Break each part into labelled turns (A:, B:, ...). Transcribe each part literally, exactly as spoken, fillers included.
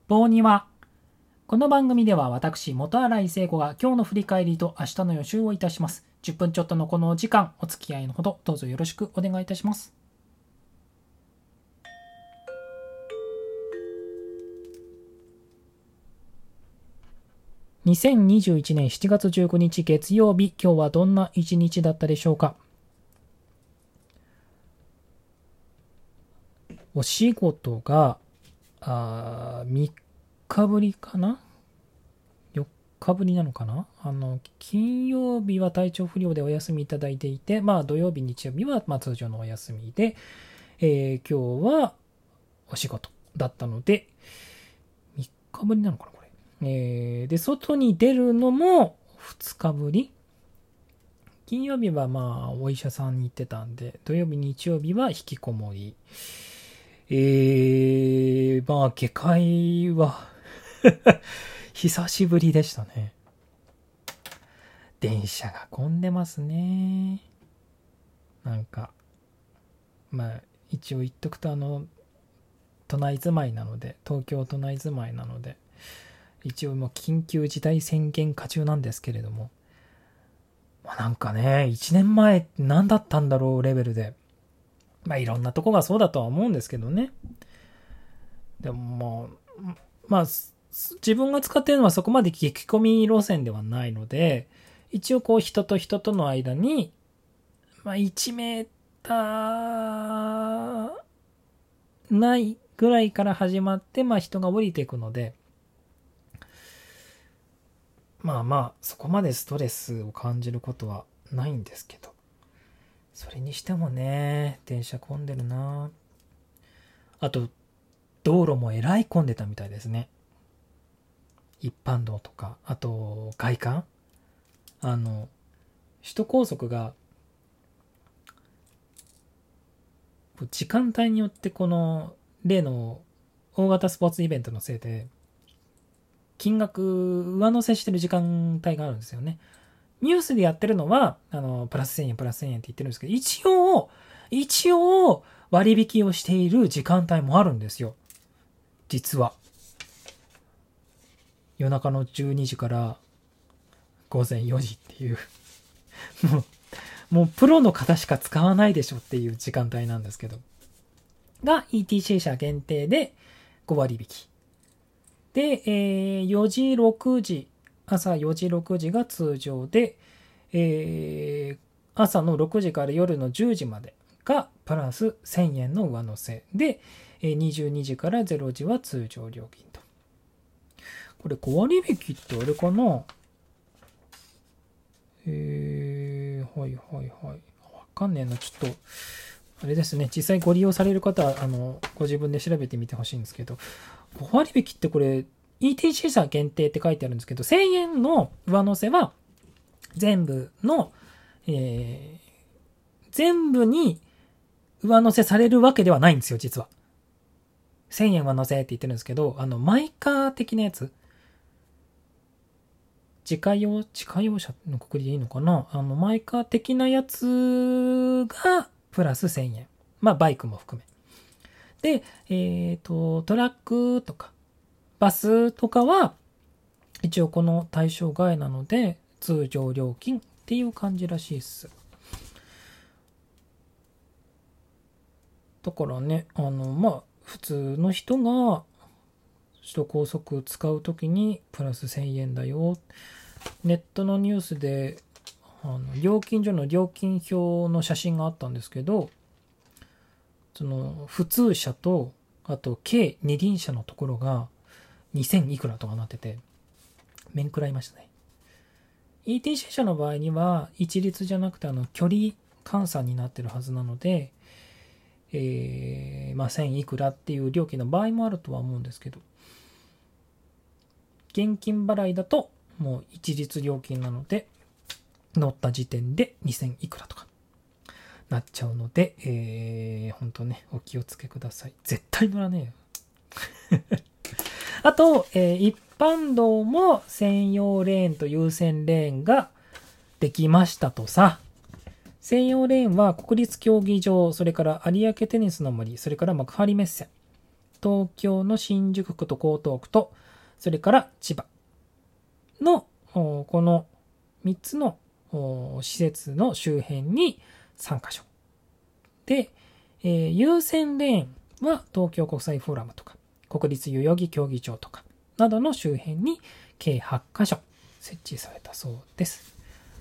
A: 棒には。この番組では私、元新井聖子が今日の振り返りと明日の予習をいたします。じゅっぷんちょっとのこのお時間、お付き合いのほどどうぞよろしくお願いいたします。にせんにじゅういちねんしちがつじゅうごにち月曜日、今日はどんな一日だったでしょうか。お仕事があみっかぶりかなよっかぶりなのかな。あの金曜日は体調不良でお休みいただいていて、まあ土曜日日曜日はまあ通常のお休みで、えー、今日はお仕事だったのでみっかぶりなのかなこれ、えー、で外に出るのもふつかぶり。金曜日はまあお医者さんに行ってたんで、土曜日日曜日は引きこもり。えー、まあ下界は久しぶりでしたね。電車が混んでますね。なんかまあ一応言っとくと、あの都内住まいなので東京都内住まいなので一応もう緊急事態宣言下中なんですけれども、まあ、なんかねいちねんまえ何だったんだろうレベルで、まあいろんなとこがそうだとは思うんですけどね。でもまあまあ自分が使っているのはそこまで激込み路線ではないので、一応こう人と人との間に、まあ、いちメーターないぐらいから始まって、まあ、人が降りていくので、まあまあそこまでストレスを感じることはないんですけど、それにしてもね電車混んでるな。あと道路もえらい混んでたみたいですね。一般道とか、あと外環、あの首都高速が時間帯によってこの例の大型スポーツイベントのせいで金額上乗せしてる時間帯があるんですよね。ニュースでやってるのはあのプラスせんえんプラスせんえんって言ってるんですけど、一応一応割引をしている時間帯もあるんですよ。実は夜中のじゅうにじからごぜんよじっていうもうもうプロの方しか使わないでしょっていう時間帯なんですけど、が イーティーシー 社限定でごわりびきで、えー、よじろくじ朝よじろくじが通常で、えー、朝のろくじから夜のじゅうじまでがプラスせんえんの上乗せで、にじゅうにじかられいじは通常料金と。これごわりびきってあれかな。えー、はいはいはい。わかんねえな。ちょっと、あれですね。実際ご利用される方は、あの、ご自分で調べてみてほしいんですけど、ごわりびきってこれ、イーティーシー 社限定って書いてあるんですけど、せんえんの上乗せは、全部の、えー、全部に上乗せされるわけではないんですよ、実は。せんえん上乗せって言ってるんですけど、あの、マイカー的なやつ、自家用、自家用車のくくりでいいのかな、あの、マイカー的なやつが、プラスせんえん。まあ、バイクも含め。で、えっと、トラックとか、バスとかは、一応この対象外なので、通常料金っていう感じらしいです。だからね、あの、まあ、普通の人が、首都高速使うときに、プラスせんえんだよ。ネットのニュースで、あの料金所の料金表の写真があったんですけど、その普通車とあと軽二輪車のところがにせんいくらとかなってて、面食らいましたね。 イーティーシー 車の場合には一律じゃなくてあの距離換算になってるはずなので、えー、まあせんいくらっていう料金の場合もあるとは思うんですけど、現金払いだともう一律料金なので乗った時点でにせんいくらとかなっちゃうので、えー、本当ねお気をつけください。絶対乗らねえよあと、えー、一般道も専用レーンと優先レーンができましたとさ。専用レーンは国立競技場、それから有明テニスの森、それから幕張メッセ東京の新宿区と江東区と、それから千葉のこのみっつの施設の周辺にさんカ所で、えー、優先レーンは東京国際フォーラムとか国立代々木競技場とかなどの周辺に計はちカ所設置されたそうです。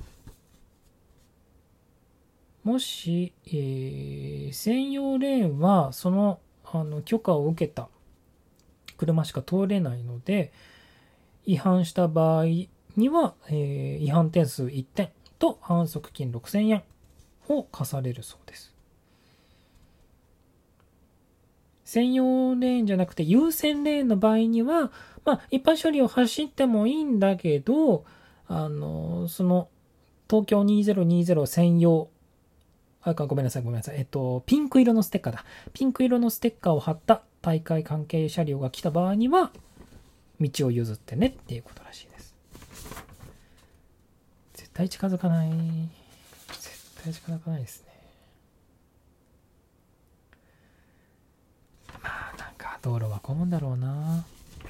A: もし、えー、専用レーンはその、あの許可を受けた車しか通れないので、違反した場合には、えー、違反点数いってんと反則金ろくせんえんを課されるそうです。専用レーンじゃなくて優先レーンの場合には、まあ、一般処理を走ってもいいんだけど、あの、その、東京にせんにじゅう専用、あ、ごめんなさい、ごめんなさい。えっと、ピンク色のステッカーだ。ピンク色のステッカーを貼った大会関係車両が来た場合には、道を譲ってねっていうことらしいです。絶対近づかない。絶対近づかないですね。まあ、なんか道路は混むんだろうな。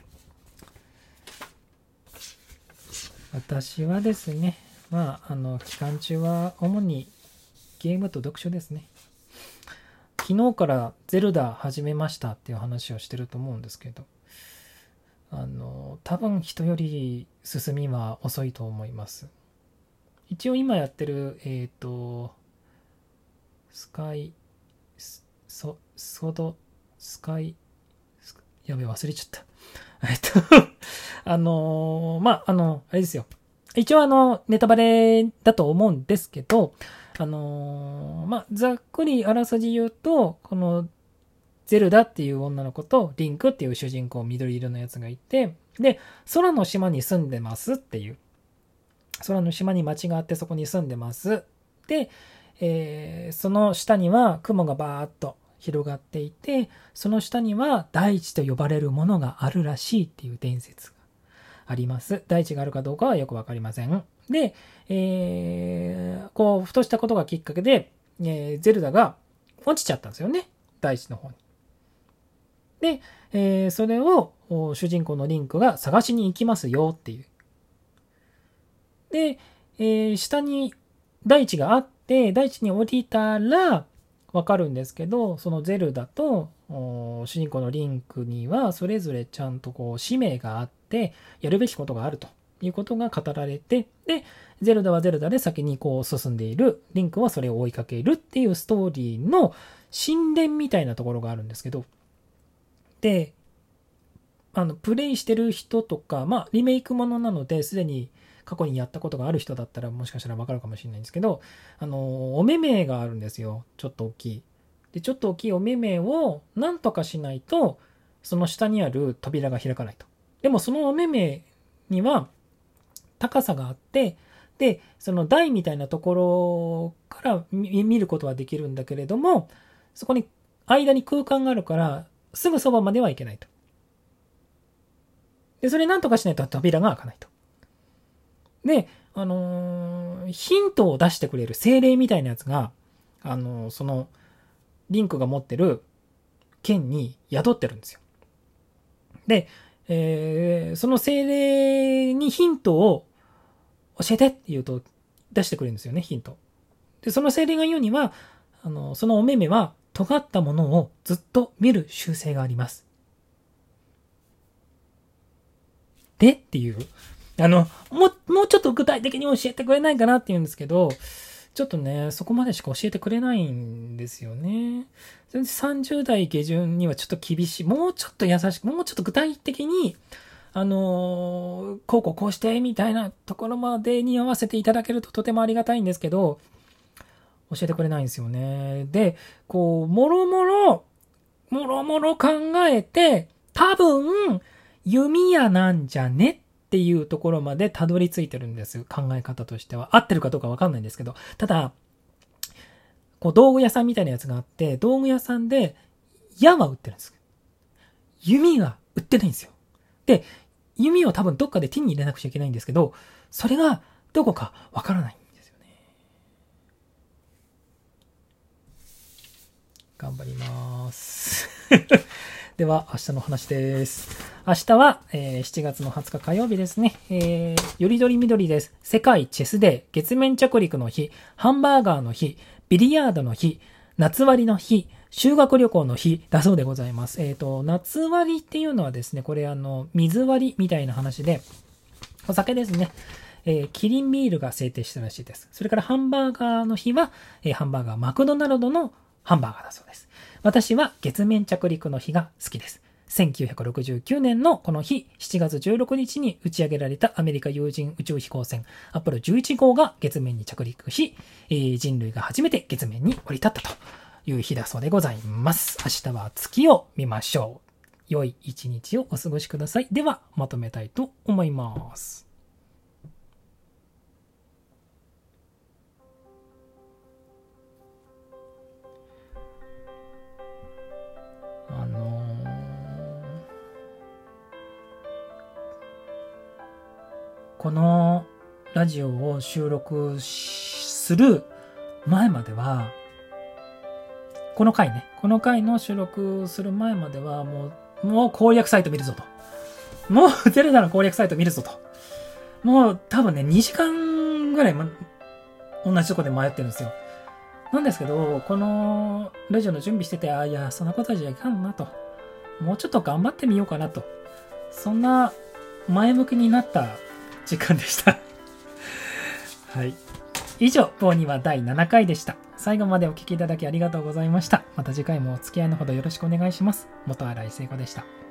A: 私はですね、まあ、あの、期間中は主にゲームと読書ですね。昨日からゼルダ始めましたっていう話をしてると思うんですけど、あの、多分人より進みは遅いと思います。一応今やってる、えっと、スカイ、ソ、ソド、スカイ、やべ、忘れちゃった。えっと、あのー、まあ、あの、あれですよ。一応あの、ネタバレだと思うんですけど、あのー、まあ、ざっくりあらすじ言うと、この、ゼルダっていう女の子と、リンクっていう主人公、緑色のやつがいて、で、空の島に住んでますっていう。空の島に町があってそこに住んでます。で、えー、その下には雲がバーっと広がっていて、その下には大地と呼ばれるものがあるらしいっていう伝説があります。大地があるかどうかはよくわかりません。で、えー、こう、ふとしたことがきっかけで、えー、ゼルダが落ちちゃったんですよね。大地の方に。で、えー、それを主人公のリンクが探しに行きますよっていう。で、えー、下に大地があって、大地に降りたらわかるんですけど、そのゼルダと主人公のリンクにはそれぞれちゃんとこう使命があって、やるべきことがあるということが語られて、で、ゼルダはゼルダで先にこう進んでいる、リンクはそれを追いかけるっていうストーリーの神殿みたいなところがあるんですけど、で、あの、プレイしてる人とか、まあ、リメイクものなので、すでに過去にやったことがある人だったら、もしかしたらわかるかもしれないんですけど、あの、お目目があるんですよ。ちょっと大きい。で、ちょっと大きいお目目をなんとかしないと、その下にある扉が開かないと。でも、そのお目目には高さがあって、で、その台みたいなところから見ることはできるんだけれども、そこに間に空間があるから、すぐそばまではいけないと。で、それなんとかしないと扉が開かないと。で、あのー、ヒントを出してくれる精霊みたいなやつが、あのー、その、リンクが持ってる剣に宿ってるんですよ。で、えー、その精霊にヒントを教えてって言うと出してくれるんですよね、ヒント。で、その精霊が言うには、あのー、そのお目目は尖ったものをずっと見る習性があります。でっていう。あの、もう、もうちょっと具体的に教えてくれないかなって言うんですけど、ちょっとね、そこまでしか教えてくれないんですよね。さんじゅう代下旬にはちょっと厳しい。もうちょっと優しく、もうちょっと具体的に、あのー、こうこうこうして、みたいなところまでに合わせていただけるととてもありがたいんですけど、教えてくれないんですよね。で、こう、もろもろ、もろもろ考えて、多分、弓矢なんじゃねっていうところまでたどり着いてるんです。考え方としては。合ってるかどうかわかんないんですけど。ただ、こう道具屋さんみたいなやつがあって、道具屋さんで矢は売ってるんです。弓が売ってないんですよ。で、弓を多分どっかで手に入れなくちゃいけないんですけど、それがどこかわからないんですよね。頑張ります。 では、明日の話です。明日は、えー、しちがつのはつか火曜日ですね。えー、よりどりみどりです。世界チェスデー、月面着陸の日、ハンバーガーの日、ビリヤードの日、夏割りの日、修学旅行の日だそうでございます。えっと、夏割りっていうのはですね、これあの、水割りみたいな話で、お酒ですね。えー、キリンビールが制定したらしいです。それからハンバーガーの日は、えー、ハンバーガーマクドナルドのハンバーガーだそうです。私は月面着陸の日が好きです。せんきゅうひゃくろくじゅうきゅうねんのこの日、しちがつじゅうろくにちに打ち上げられたアメリカ有人宇宙飛行船アポロじゅういち号が月面に着陸し、えー、人類が初めて月面に降り立ったという日だそうでございます。明日は月を見ましょう。良い一日をお過ごしください。では、まとめたいと思います。あのー、このラジオを収録する前までは、この回ね、この回の収録する前まではもう、もう攻略サイト見るぞと。もうゼルダの攻略サイト見るぞと。もう多分ね、にじかんぐらい、ま、同じとこで迷ってるんですよ。なんですけど、このラジオの準備してて、ああ、いや、そんなことじゃいかんなと。もうちょっと頑張ってみようかなと。そんな前向きになった時間でした。はい。以上、ボーニはだいななかいでした。最後までお聞きいただきありがとうございました。また次回もお付き合いのほどよろしくお願いします。元新井聖子でした。